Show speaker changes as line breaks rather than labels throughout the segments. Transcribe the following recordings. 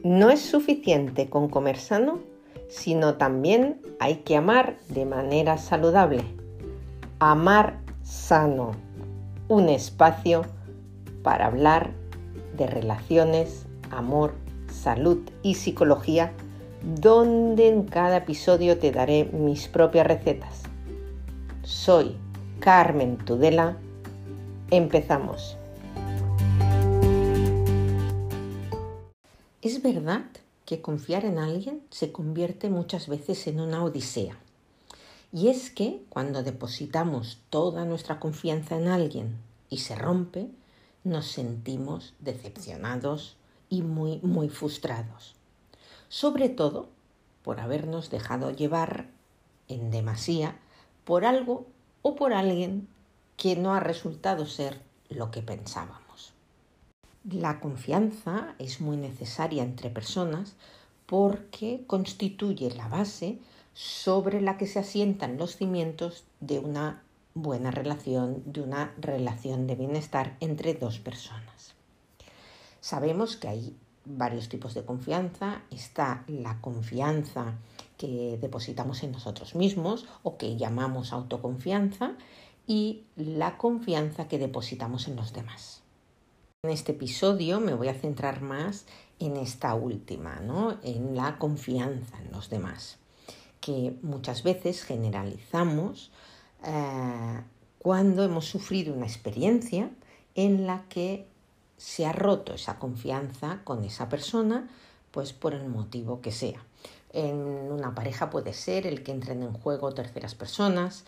No es suficiente con comer sano, sino también hay que amar de manera saludable. Amar sano, un espacio para hablar de relaciones, amor, salud y psicología, donde en cada episodio te daré mis propias recetas. Soy Carmen Tudela. Empezamos. Es verdad que confiar en alguien se convierte muchas veces en una odisea. Y es que cuando depositamos toda nuestra confianza en alguien y se rompe, nos sentimos decepcionados y muy frustrados. Sobre todo por habernos dejado llevar en demasía por algo o por alguien que no ha resultado ser lo que pensábamos. La confianza es muy necesaria entre personas porque constituye la base sobre la que se asientan los cimientos de una buena relación, de una relación de bienestar entre dos personas. Sabemos que hay varios tipos de confianza. Está la confianza que depositamos en nosotros mismos o que llamamos autoconfianza y la confianza que depositamos en los demás. En este episodio me voy a centrar más en esta última, ¿no? En la confianza en los demás, que muchas veces generalizamos cuando hemos sufrido una experiencia en la que se ha roto esa confianza con esa persona, pues por el motivo que sea. En una pareja puede ser el que entren en juego terceras personas,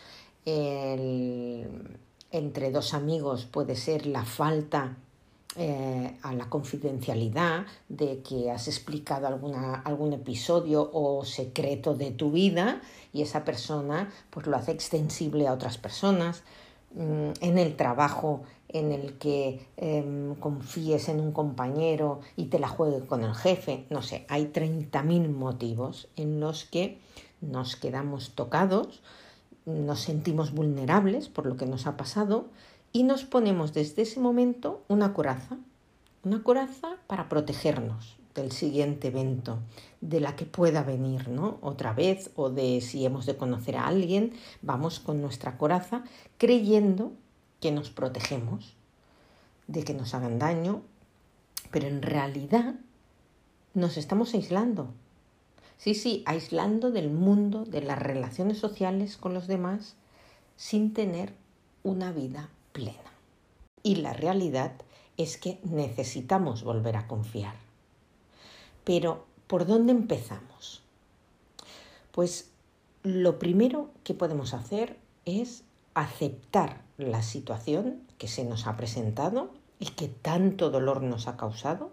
entre dos amigos puede ser la falta a la confidencialidad de que has explicado algún episodio o secreto de tu vida y esa persona pues lo hace extensible a otras personas. En el trabajo en el que confíes en un compañero y te la juegue con el jefe, no sé, hay 30.000 motivos en los que nos quedamos tocados, nos sentimos vulnerables por lo que nos ha pasado y nos ponemos desde ese momento una coraza para protegernos del siguiente evento, de la que pueda venir, ¿no? Otra vez, o de si hemos de conocer a alguien, vamos con nuestra coraza creyendo que nos protegemos de que nos hagan daño, pero en realidad nos estamos aislando. Sí, aislando del mundo, de las relaciones sociales con los demás, sin tener una vida plena. Y la realidad es que necesitamos volver a confiar. Pero, ¿por dónde empezamos? Pues lo primero que podemos hacer es aceptar la situación que se nos ha presentado y que tanto dolor nos ha causado.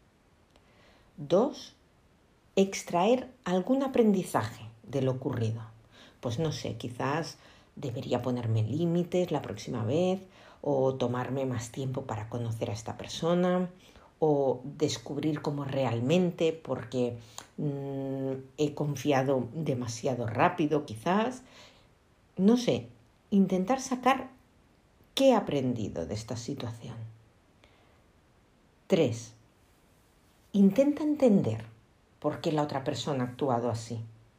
2, extraer algún aprendizaje de lo ocurrido. Pues no sé, quizás debería ponerme límites la próxima vez o tomarme más tiempo para conocer a esta persona o descubrir cómo realmente porque he confiado demasiado rápido quizás. No sé, intentar sacar qué he aprendido de esta situación. 3, intenta entender por qué la otra persona ha actuado así.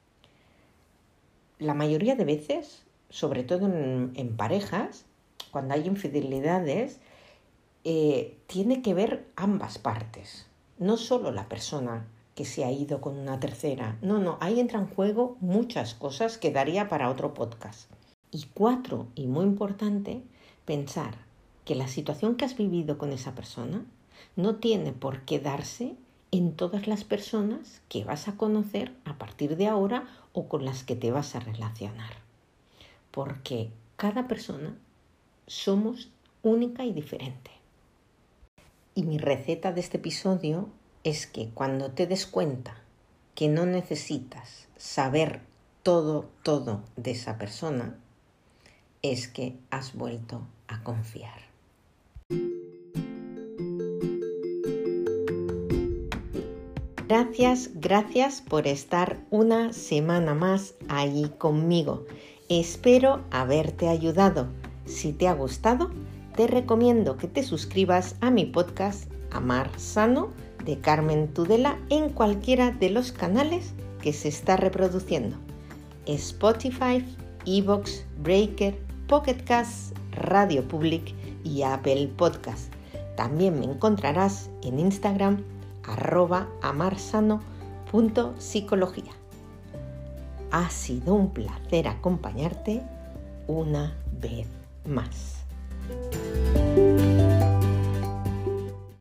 La mayoría de veces, sobre todo en parejas, cuando hay infidelidades, tiene que ver ambas partes, no solo la persona que se ha ido con una tercera. No, ahí entra en juego muchas cosas que daría para otro podcast. Y 4, y muy importante, pensar que la situación que has vivido con esa persona no tiene por qué darse en todas las personas que vas a conocer a partir de ahora o con las que te vas a relacionar. Porque cada persona somos única y diferente. Y mi receta de este episodio es que cuando te des cuenta que no necesitas saber todo de esa persona, es que has vuelto a confiar. Gracias por estar una semana más ahí conmigo. Espero haberte ayudado. Si te ha gustado, te recomiendo que te suscribas a mi podcast Amar Sano de Carmen Tudela en cualquiera de los canales que se está reproduciendo: Spotify, iVoox, Breaker, Pocket Cast, Radio Public y Apple Podcast. También me encontrarás en Instagram @amarsano.psicología. Ha sido un placer acompañarte una vez más.